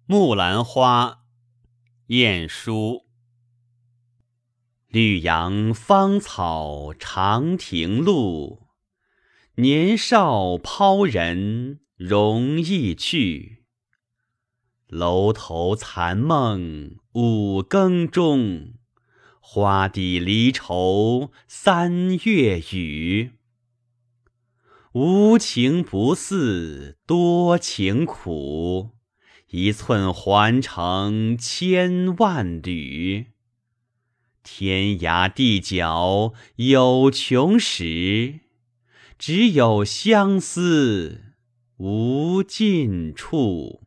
木兰花，晏殊。绿杨芳草长亭路，年少抛人容易去。楼头残梦五更钟，花底离愁三月雨。无情不似多情苦，一寸还成千万缕。天涯地角有穷时，只有相思无尽处。